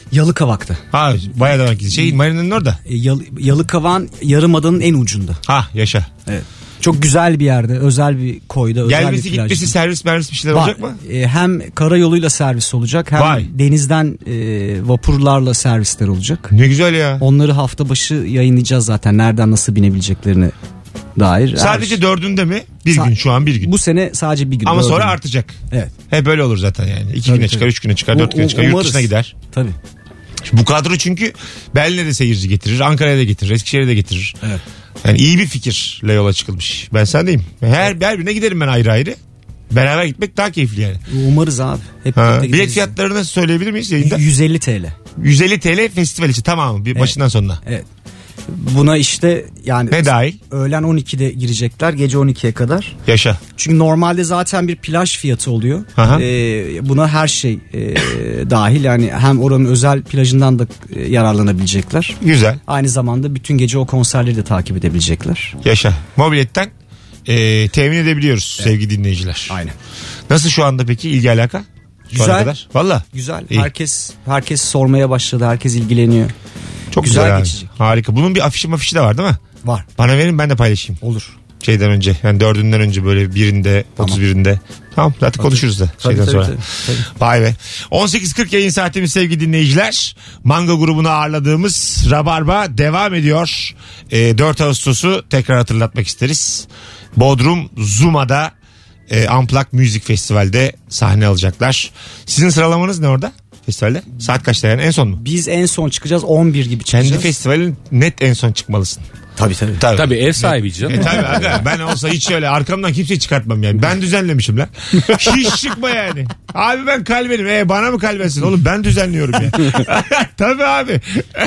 Speaker 4: Yalıkavak'ta.
Speaker 2: Ha bayağı da vakit. Marina'nın orada.
Speaker 4: Yalıkavak'ın yarımadanın en ucunda.
Speaker 2: Ha yaşa.
Speaker 4: Evet. Çok güzel bir yerde, özel bir koyda, özel
Speaker 2: Gelmesi
Speaker 4: bir plajda.
Speaker 2: gitmesi servis bir şeyler olacak mı?
Speaker 4: Hem karayoluyla servis olacak hem
Speaker 2: Vay.
Speaker 4: denizden vapurlarla servisler olacak.
Speaker 2: Ne güzel ya.
Speaker 4: Onları hafta başı yayınlayacağız zaten. Nereden nasıl binebileceklerini dair.
Speaker 2: Sadece 4'ünde mi? Bir gün şu an bir gün.
Speaker 4: Bu sene sadece bir gün.
Speaker 2: Ama sonra
Speaker 4: 4'ünde.
Speaker 2: artacak.
Speaker 4: Evet.
Speaker 2: Hep böyle olur zaten yani. 2
Speaker 4: Tabii,
Speaker 2: güne çıkar,
Speaker 4: tabii.
Speaker 2: 3 güne çıkar, 4 güne çıkar. Yurt
Speaker 4: Umarız.
Speaker 2: dışına gider.
Speaker 4: Tabii.
Speaker 2: Bu kadro çünkü Berlin'e de seyirci getirir. Ankara'ya da getirir. Eskişehir'e de getirir.
Speaker 4: Evet.
Speaker 2: Yani iyi bir fikirle yola çıkılmış. Ben sendeyim. Her birine giderim ben ayrı ayrı. Beraber gitmek daha keyifli yani.
Speaker 4: Umarız abi. Hep
Speaker 2: Ha,
Speaker 4: birlikte
Speaker 2: bilet
Speaker 4: gideriz.
Speaker 2: fiyatlarını söyleyebilir miyiz yayında?
Speaker 4: 150 TL.
Speaker 2: 150 TL festival için tamamı bir başından sonuna.
Speaker 4: Evet. Buna işte yani
Speaker 2: Ne dahil?
Speaker 4: öğlen 12'de girecekler, gece 12'ye kadar.
Speaker 2: Yaşa.
Speaker 4: Çünkü normalde zaten bir plaj fiyatı oluyor.
Speaker 2: Aha.
Speaker 4: Buna her şey dahil, yani hem oranın özel plajından da yararlanabilecekler.
Speaker 2: Güzel.
Speaker 4: Aynı zamanda bütün gece o konserleri de takip edebilecekler.
Speaker 2: Yaşa. Mobiletten temin edebiliyoruz sevgili dinleyiciler.
Speaker 4: Aynen.
Speaker 2: Nasıl şu anda peki ilgi alaka? Şu ana
Speaker 4: Güzel.
Speaker 2: kadar. Valla.
Speaker 4: Güzel.
Speaker 2: İyi.
Speaker 4: Herkes sormaya başladı. Herkes ilgileniyor.
Speaker 2: Çok
Speaker 4: güzel
Speaker 2: güzel.
Speaker 4: geçecek.
Speaker 2: Harika. Bunun bir afişi de var değil mi?
Speaker 4: Var.
Speaker 2: Bana verin ben de paylaşayım.
Speaker 4: Olur.
Speaker 2: Şeyden önce yani 4'ünden önce böyle birinde 31'inde. Tamam zaten konuşuruz da şeyden
Speaker 4: Tabii,
Speaker 2: sonra.
Speaker 4: tabii.
Speaker 2: Vay be. 18.40 yayın saatimiz sevgili dinleyiciler. Manga grubunu ağırladığımız Rabarba devam ediyor. 4 Ağustos'u tekrar hatırlatmak isteriz. Bodrum Zuma'da Unplugged Music Festival'de sahne alacaklar. Sizin sıralamanız ne orada? Festivalde? Saat kaçta yani en son mu?
Speaker 4: Biz en son çıkacağız, 11 gibi çıkacağız.
Speaker 2: Kendi festivalin net en son çıkmalısın.
Speaker 4: Tabii.
Speaker 6: Tabii ev sahibi canım.
Speaker 2: Tabii aga, ben olsa hiç öyle arkamdan kimseyi çıkartmam yani. Ben düzenlemişim lan. Hiç çıkma yani. Abi ben kalbenim. Bana mı kalbensin oğlum, ben düzenliyorum ya. Tabii abi.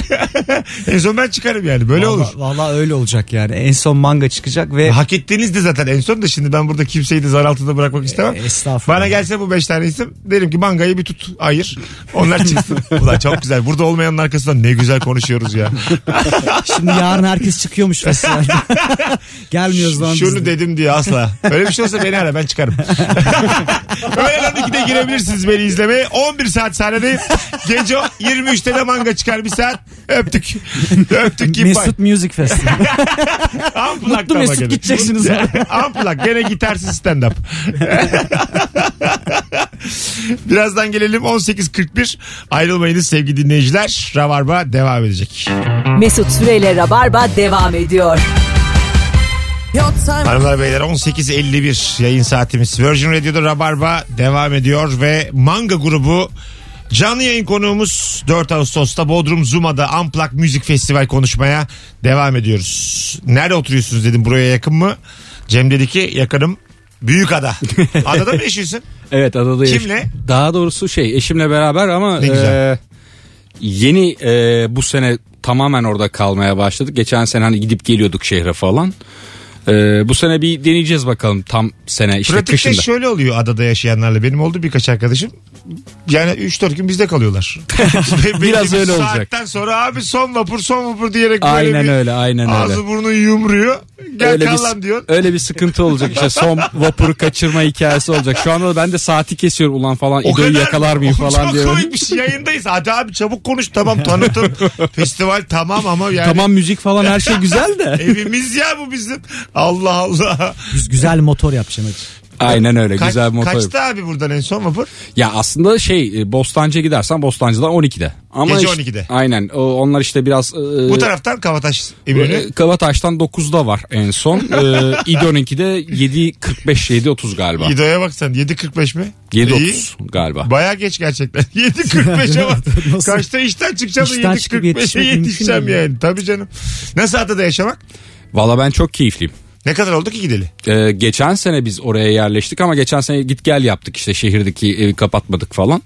Speaker 2: En son ben çıkarım yani. Böyle olur.
Speaker 4: Vallahi öyle olacak yani. En son manga çıkacak ve
Speaker 2: Hak ettiğiniz de zaten en son da, şimdi ben burada kimseyi de zar altında bırakmak istemem.
Speaker 4: Estağfurullah.
Speaker 2: Bana gelse bu 5 tane isim derim ki mangayı bir tut ayır. Onlar çıksın. Ulan çok güzel. Burada olmayanın arkasından ne güzel konuşuyoruz ya.
Speaker 4: şimdi yarın herkes çıkıyormuş festivalde. Gelmiyoruz lan biz
Speaker 2: Şunu
Speaker 4: de.
Speaker 2: dedim diye asla. Öyle bir şey olsa beni ara, ben çıkarım. Öğlen 2'de girebilirsiniz beni izlemeye. 11 saat sahnedeyim. Gece 23'te de manga çıkar bir saat. Öptük. Öptük ki
Speaker 4: Mesut Music Festival. Mutlu Mesut gideceksiniz.
Speaker 2: Unplugged gene gitarsız stand up. Birazdan gelelim 18.41. Ayrılmayınız sevgili dinleyiciler. Rabarba devam edecek.
Speaker 1: Mesut Süreyle Rabarba devam ediyor.
Speaker 2: Hanımlar beyler 18.51 yayın saatimiz. Virgin Radio'da Rabarba devam ediyor ve Manga grubu canlı yayın konuğumuz 4 Ağustos'ta Bodrum Zuma'da Unplugged Music Festival konuşmaya devam ediyoruz. Nerede oturuyorsunuz dedim, buraya yakın mı? Cem dedi ki yakınım. Büyükada. Adada mı yaşıyorsun?
Speaker 6: Evet, adada
Speaker 2: Kimle?
Speaker 6: Daha doğrusu eşimle beraber ama
Speaker 2: Ne güzel.
Speaker 6: yeni bu sene tamamen orada kalmaya başladık. Geçen sene hani gidip geliyorduk şehre falan. Bu sene bir deneyeceğiz bakalım, tam sene işte
Speaker 2: Pratikte
Speaker 6: kışında.
Speaker 2: şöyle oluyor adada yaşayanlarla. Benim oldu birkaç arkadaşım. Yani 3-4 gün bizde kalıyorlar.
Speaker 6: Biraz öyle olacak.
Speaker 2: Saatten sonra abi son vapur diyerek böyle
Speaker 6: Aynen
Speaker 2: bir
Speaker 6: öyle, aynen öyle.
Speaker 2: ağzı burnu yumruyor. Gel
Speaker 6: Öyle
Speaker 2: kal
Speaker 6: bir,
Speaker 2: lan diyorsun.
Speaker 6: öyle bir sıkıntı olacak işte, son vapuru kaçırma hikayesi olacak. Şu anda ben de saati kesiyorum ulan falan, İdo'yu yakalar mıyım falan
Speaker 2: çok
Speaker 6: diyorum.
Speaker 2: Çok komik bir şey, yayındayız. Hadi abi çabuk konuş, tamam tanıtım. Festival tamam ama yani.
Speaker 6: Tamam, müzik falan her şey güzel de.
Speaker 2: Evimiz ya bu bizim. Allah Allah.
Speaker 4: Güzel motor yapacaksın hadi.
Speaker 6: Aynen öyle, güzel bir motor.
Speaker 2: Kaçta abi buradan en son vapur?
Speaker 6: Ya aslında Bostancı'ya gidersen Bostancı'dan 12'de. Ama
Speaker 2: Gece
Speaker 6: işte-
Speaker 2: 12'de.
Speaker 6: Aynen, onlar işte biraz...
Speaker 2: Bu taraftan Kavataş Eminönü.
Speaker 6: Kavataş'tan 9'da var en son. İdo'nunki de 7.45 7.30 galiba.
Speaker 2: İdo'ya bak sen 7.45 mi?
Speaker 6: 7.30 galiba.
Speaker 2: Baya geç gerçekten. 7.45'e bak.
Speaker 4: Nasıl?
Speaker 2: Kaçta işten çıkacağım da
Speaker 4: İşten çıkıp
Speaker 2: 7.45'e
Speaker 4: yetişmek mümkün
Speaker 2: yetişeceğim
Speaker 4: değil.
Speaker 2: yani. Tabii canım. Nasıl adada yaşamak?
Speaker 6: Valla ben çok keyifliyim.
Speaker 2: Ne kadar oldu ki gideli?
Speaker 6: Geçen sene biz oraya yerleştik ama geçen sene git gel yaptık işte, şehirdeki evi kapatmadık falan.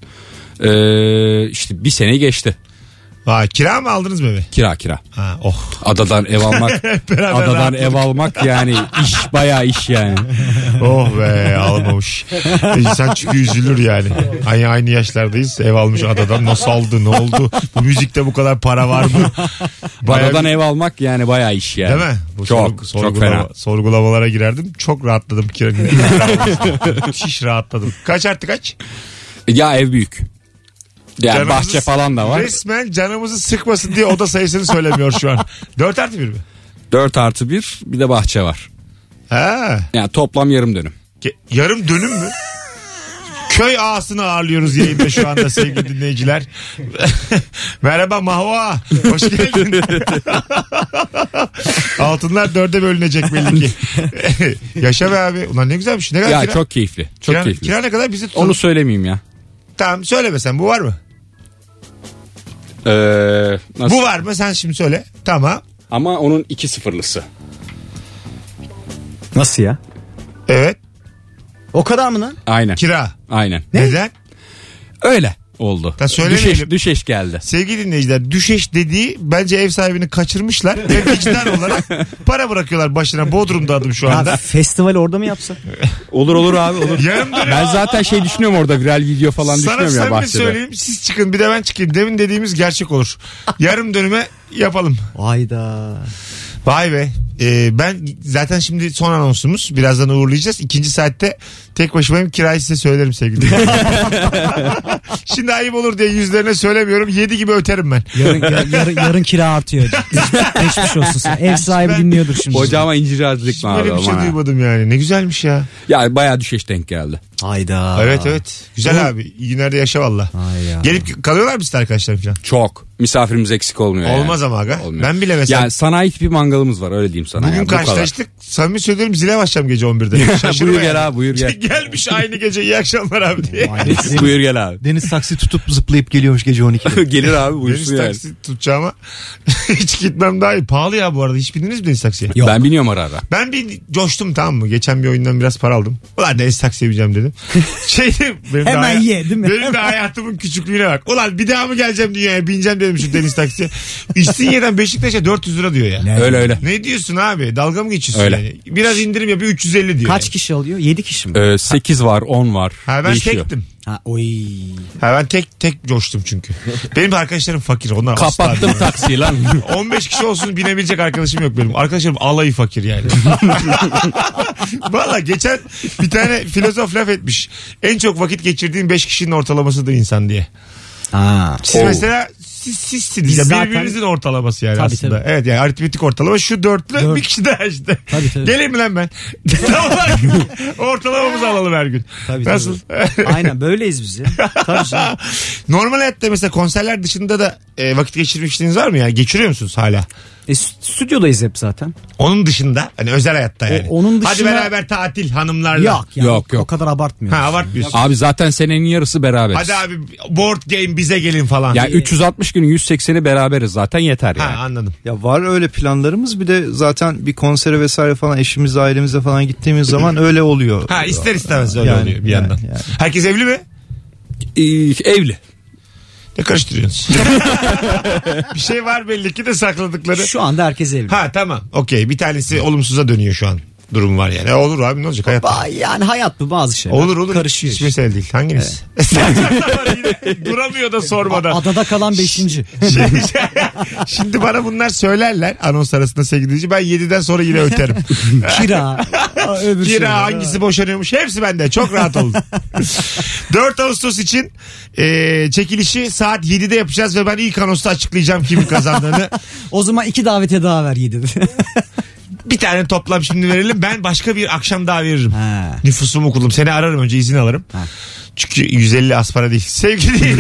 Speaker 6: İşte bir sene geçti.
Speaker 2: Vay, kira mı aldınız mı evi?
Speaker 6: Kira.
Speaker 2: Ha, oh.
Speaker 6: Adadan ev almak.
Speaker 2: Beraber
Speaker 6: Adadan
Speaker 2: rahatladık.
Speaker 6: ev almak yani iş, bayağı iş yani.
Speaker 2: Oh be, almamış. İnsan çünkü üzülür yani. Aynı yaşlardayız. Ev almış adadan. Nasıl aldı, ne oldu? Bu müzikte bu kadar para var mı?
Speaker 6: Adadan ev almak yani bayağı iş yani.
Speaker 2: Değil mi? Bu
Speaker 6: Çok fena.
Speaker 2: Sorgulamalara girerdim. Çok rahatladım. Müthiş rahatladım. Kaç artı kaç?
Speaker 6: Ya ev büyük. Yani bahçe falan da var.
Speaker 2: Resmen canımızı sıkmasın diye oda sayısını söylemiyor şu an. 4+1 mi?
Speaker 6: 4+1 bir de bahçe var.
Speaker 2: Ha.
Speaker 6: Yani toplam yarım dönüm.
Speaker 2: Yarım dönüm mü? Köy ağasını ağırlıyoruz yayında şu anda sevgili dinleyiciler. Merhaba Mahva. Hoş geldin. Altınlar 4'e bölünecek belli ki. Yaşa be abi. Ulan ne güzelmiş. Ne kadar
Speaker 6: Ya
Speaker 2: kira?
Speaker 6: çok keyifli. Çok keyifli.
Speaker 2: Kira ne kadar? Bize tutalım.
Speaker 6: Onu söylemeyeyim ya.
Speaker 2: Tamam söyleme sen. Bu var mı?
Speaker 6: Nasıl?
Speaker 2: Bu var mı? Sen şimdi söyle. Tamam.
Speaker 6: Ama onun 2-0'lısı.
Speaker 4: Nasıl ya?
Speaker 2: Evet.
Speaker 4: O kadar mı lan?
Speaker 6: Aynen.
Speaker 2: Kira.
Speaker 6: Aynen.
Speaker 2: Neden?
Speaker 6: Öyle oldu.
Speaker 2: Ta söylemeyelim.
Speaker 6: Düşeş geldi.
Speaker 2: Sevgili dinleyiciler, düşeş dediği bence ev sahibini kaçırmışlar. Ve vicdan olarak para bırakıyorlar başına. Bodrum'da adım şu anda.
Speaker 4: Ya, festival orada mı yapsak?
Speaker 6: Olur abi olur.
Speaker 2: Yarım dönüm.
Speaker 6: Ben zaten düşünüyorum orada viral video falan
Speaker 2: Sana
Speaker 6: düşünüyorum ya
Speaker 2: samimi
Speaker 6: bahçede.
Speaker 2: söyleyeyim, siz çıkın bir de ben çıkayım. Demin dediğimiz gerçek olur. Yarım dönüme yapalım.
Speaker 4: Hayda.
Speaker 2: Vay be. Ben zaten şimdi son anonsumuz. Birazdan uğurlayacağız. 2. saatte tek başımayım. Kirayı size söylerim sevgili. Şimdi ayıp olur diye yüzlerine söylemiyorum. 7 gibi öterim ben.
Speaker 4: Yarın kira artıyor. Geçmiş olsun sen. Ev sahibi
Speaker 2: Ben-
Speaker 4: dinliyordur şimdi.
Speaker 6: Ocağıma incir azlık mı abi?
Speaker 2: Böyle bir şey
Speaker 6: ama ya.
Speaker 2: duymadım yani. Ne güzelmiş ya.
Speaker 6: Ya bayağı düşeş denk geldi.
Speaker 4: Hayda.
Speaker 2: Evet. Güzel abi. İyi günlerde yaşa valla.
Speaker 4: Ay ya.
Speaker 2: Gelip kalıyorlar mı işte arkadaşlar falan?
Speaker 6: Çok. Misafirimiz eksik olmuyor yani.
Speaker 2: Olmaz ama aga.
Speaker 6: Olmuyor.
Speaker 2: Ben bile mesela
Speaker 6: Yani sanayi tipi mangalımız var öyle diyeyim sana.
Speaker 2: bugün
Speaker 6: ya, bu kadar.
Speaker 2: karşılaştık. Samimi söylüyorum zile başlayacağım gece 11'de. Şaşırma
Speaker 6: Buyur
Speaker 2: yani.
Speaker 6: gel abi buyur gel.
Speaker 2: Gelmiş aynı gece iyi akşamlar abi diye.
Speaker 6: Buyur gel abi.
Speaker 3: Deniz taksi tutup zıplayıp geliyormuş gece 12'de.
Speaker 6: Gelir abi
Speaker 2: Deniz
Speaker 6: buyursun yani.
Speaker 2: taksi tutacağıma hiç gitmem daha iyi. Pahalı ya bu arada. Hiç bindiniz mi deniz taksiye?
Speaker 4: Yok.
Speaker 6: Ben biniyorum ara ara.
Speaker 2: Ben bir coştum tamam mı? Geçen bir oyundan biraz para aldım. Ulan deniz taksiye bineceğim dedim. Benim
Speaker 4: Hemen ye, değil mi?
Speaker 2: Benim de hayatımın küçüklüğüne bak. Ulan bir daha mı geleceğim dünyaya? Bineceğim dedim şu deniz taksiye. İstinye'den Beşiktaş'a 400 lira diyor ya.
Speaker 6: Öyle.
Speaker 2: Ne diyorsun abi? Dalga mı geçiyorsun
Speaker 6: Öyle.
Speaker 2: yani? Biraz indirim yapıyor 350 diyor.
Speaker 4: Kaç
Speaker 2: yani.
Speaker 4: kişi alıyor? 7 kişi mi?
Speaker 6: 8 var 10 var.
Speaker 2: Ha ben
Speaker 6: Değişiyor.
Speaker 2: tektim.
Speaker 4: Ha, oy.
Speaker 2: Ha ben tek coştum çünkü. Benim arkadaşlarım fakir. Onlar asla
Speaker 6: Kapattım
Speaker 2: bilmem.
Speaker 6: taksiyi lan.
Speaker 2: 15 kişi olsun binebilecek arkadaşım yok benim. Arkadaşlarım alayı fakir yani. Valla geçen bir tane filozof laf etmiş. En çok vakit geçirdiğin 5 kişinin ortalamasıdır insan diye.
Speaker 4: Ha.
Speaker 2: Siz mesela sizsiniz.
Speaker 4: Biz
Speaker 2: Ya
Speaker 4: zaten-
Speaker 2: birbirinizin ortalaması yani
Speaker 4: Tabii,
Speaker 2: aslında.
Speaker 4: tabii.
Speaker 2: Evet yani aritmetik ortalama şu dörtlü
Speaker 4: Dört.
Speaker 2: bir kişi daha işte.
Speaker 4: Tabii.
Speaker 2: Geleyim mi lan ben? Tamam. Ortalamamızı alalım her gün.
Speaker 4: Tabii,
Speaker 2: Nasıl?
Speaker 4: Aynen böyleyiz biz ya. Tabii canım.
Speaker 2: Normal hayatta mesela konserler dışında da vakit geçirmişliğiniz var mı ya? Geçiriyor musunuz hala?
Speaker 4: Stüdyodayız hep zaten.
Speaker 2: Onun dışında hani özel hayatta yani.
Speaker 4: Onun
Speaker 2: Hadi
Speaker 4: dışında-
Speaker 2: beraber tatil hanımlarla.
Speaker 6: Yok.
Speaker 4: O kadar abartmıyoruz.
Speaker 2: Ha abartmıyorsun.
Speaker 6: Abi zaten senenin yarısı beraberiz.
Speaker 2: Hadi abi board game bize gelin falan.
Speaker 6: Ya 360 günün 180'i beraberiz zaten yeter
Speaker 2: Ha
Speaker 6: yani.
Speaker 2: anladım.
Speaker 3: Ya var öyle planlarımız, bir de zaten bir konsere vesaire falan eşimizle ailemizle falan gittiğimiz zaman öyle oluyor.
Speaker 2: Ha ister istemez öyle
Speaker 3: Yani,
Speaker 2: oluyor bir yandan.
Speaker 3: yani.
Speaker 2: Herkes evli mi?
Speaker 6: Evli.
Speaker 2: Ne karıştırıyorsunuz? Bir şey var belli ki de sakladıkları.
Speaker 4: Şu anda herkes evli.
Speaker 2: Ha tamam okey bir tanesi olumsuza dönüyor şu an. Durum var yani. Olur abi ne olacak hayat?
Speaker 4: Yani hayat bu bazı şeyler.
Speaker 2: Olur.
Speaker 4: Karışıyor.
Speaker 2: Hiç mesele değil. Hanginiz? Yine duramıyor da sormadan.
Speaker 4: Adada kalan 5.
Speaker 2: Şimdi bana bunlar söylerler anons arasında sevgili dinleyici. Ben 7'den sonra yine öterim.
Speaker 4: Kira. Öbür
Speaker 2: Kira
Speaker 4: şeyler.
Speaker 2: hangisi boşanıyormuş hepsi bende. Çok rahat olun. 4 Ağustos için çekilişi saat 7'de yapacağız ve ben ilk anonsta açıklayacağım kimin kazandığını.
Speaker 4: O zaman 2 davetiye daha ver 7'de.
Speaker 2: Bir tane toplam şimdi verelim. Ben başka bir akşam daha veririm.
Speaker 4: Ha.
Speaker 2: Nüfusumu okudum. Seni ararım önce izin alırım. Çünkü 150 aspara değil. Sevgi değil.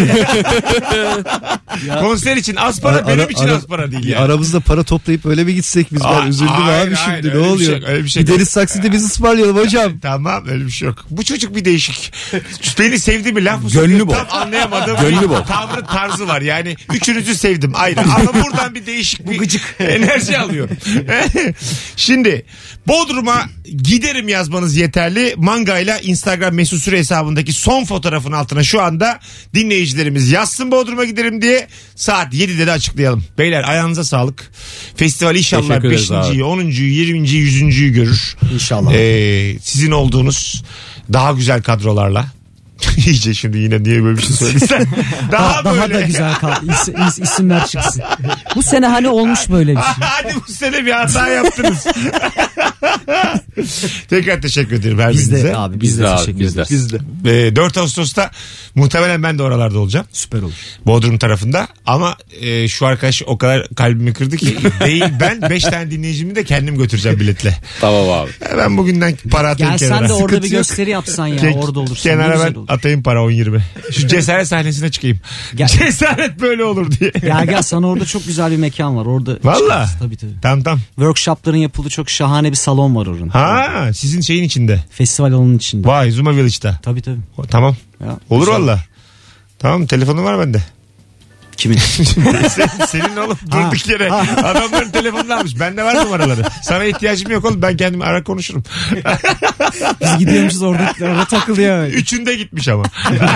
Speaker 2: Konser için aspara benim için aspara değil yani.
Speaker 3: Aramızda para toplayıp öyle bir gitsek biz, ben üzüldüm
Speaker 2: hayır,
Speaker 3: abi
Speaker 2: hayır,
Speaker 3: şimdi
Speaker 2: öyle
Speaker 3: ne
Speaker 2: bir şey
Speaker 3: oluyor?
Speaker 2: yok, öyle bir şey
Speaker 3: bir
Speaker 2: yok.
Speaker 3: deniz takside biz ısmarlayalım hocam.
Speaker 2: Tamam öyle bir şey yok. Bu çocuk bir değişik. Beni sevdi mi laf mı
Speaker 6: Gönlü
Speaker 2: sokuyor?
Speaker 6: bol.
Speaker 2: Tam anlayamadım.
Speaker 6: Gönlü bol.
Speaker 2: Tavrı tarzı var yani. Üçünüzü sevdim ayrı. Ama buradan bir değişik bir enerji alıyorum. Şimdi Bodrum'a giderim yazmanız yeterli. Manga'yla Instagram mesut süre hesabındaki son fotoğrafın altına şu anda dinleyicilerimiz yazsın Bodrum'a giderim diye saat 7'de de açıklayalım. Beyler ayağınıza sağlık. Festival inşallah
Speaker 6: Teşekkür ederiz
Speaker 2: 5.'yi, 10.'yu, 20.'yi, 100.'yu görür.
Speaker 4: İnşallah.
Speaker 2: Sizin olduğunuz daha güzel kadrolarla. İyice şimdi yine niye böyle bir şey söylediysen. Daha
Speaker 4: da güzel isimler çıksın. Bu sene hani olmuş böyle bir şey.
Speaker 2: Hadi bu sene bir hata yaptınız. Tekrar teşekkür ederim her
Speaker 4: Biz
Speaker 2: birinize.
Speaker 4: de abi biz de teşekkür ederiz.
Speaker 3: Biz de.
Speaker 2: 4 Ağustos'ta muhtemelen ben de oralarda olacağım.
Speaker 4: Süper olur.
Speaker 2: Bodrum tarafında. Ama şu arkadaş o kadar kalbimi kırdı ki değil ben 5 tane dinleyicimi de kendim götüreceğim biletle.
Speaker 6: Tamam abi.
Speaker 2: Ben bugünden para atayım
Speaker 4: Gel
Speaker 2: kenara.
Speaker 4: sen de orada
Speaker 2: Sıkıntı
Speaker 4: bir
Speaker 2: yok.
Speaker 4: gösteri yapsan ya orada olursun. Ne
Speaker 2: Kenara
Speaker 4: güzel
Speaker 2: ben
Speaker 4: olur.
Speaker 2: atayım para 10-20. Şu cesaret sahnesine çıkayım.
Speaker 4: Gel.
Speaker 2: Cesaret böyle olur diye.
Speaker 4: Gel sana orada çok güzel bir mekan var. Orada
Speaker 2: Valla.
Speaker 4: çıkarız. Tabii.
Speaker 2: Tamam.
Speaker 4: Workshopların yapıldığı çok şahane bir salon var oranın.
Speaker 2: Ha sizin şeyin içinde.
Speaker 4: Festival alanının içinde.
Speaker 2: Vay Zuma Village'da.
Speaker 4: Tabii.
Speaker 2: Tamam.
Speaker 4: Ya,
Speaker 2: Olur
Speaker 4: güzel.
Speaker 2: valla. Tamam telefonun var bende.
Speaker 4: Kimin?
Speaker 2: Senin oğlum durduk yere. Adamların telefonunu almış. Bende var numaraları. Sana ihtiyacım yok oğlum. Ben kendim ara konuşurum.
Speaker 4: Biz gidiyormuşuz orada takılıyor öyle.
Speaker 2: Üçünde gitmiş ama.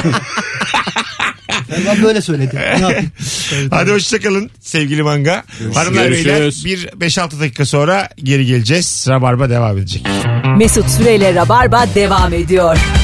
Speaker 3: Ben böyle söyledim. Ne yapayım?
Speaker 2: Hadi hoşçakalın sevgili Manga. Hanımlar beyler
Speaker 6: Görüşürüz.
Speaker 2: bir 5-6 dakika sonra geri geleceğiz. Rabarba devam edecek.
Speaker 1: Mesut Süreyle Rabarba devam ediyor.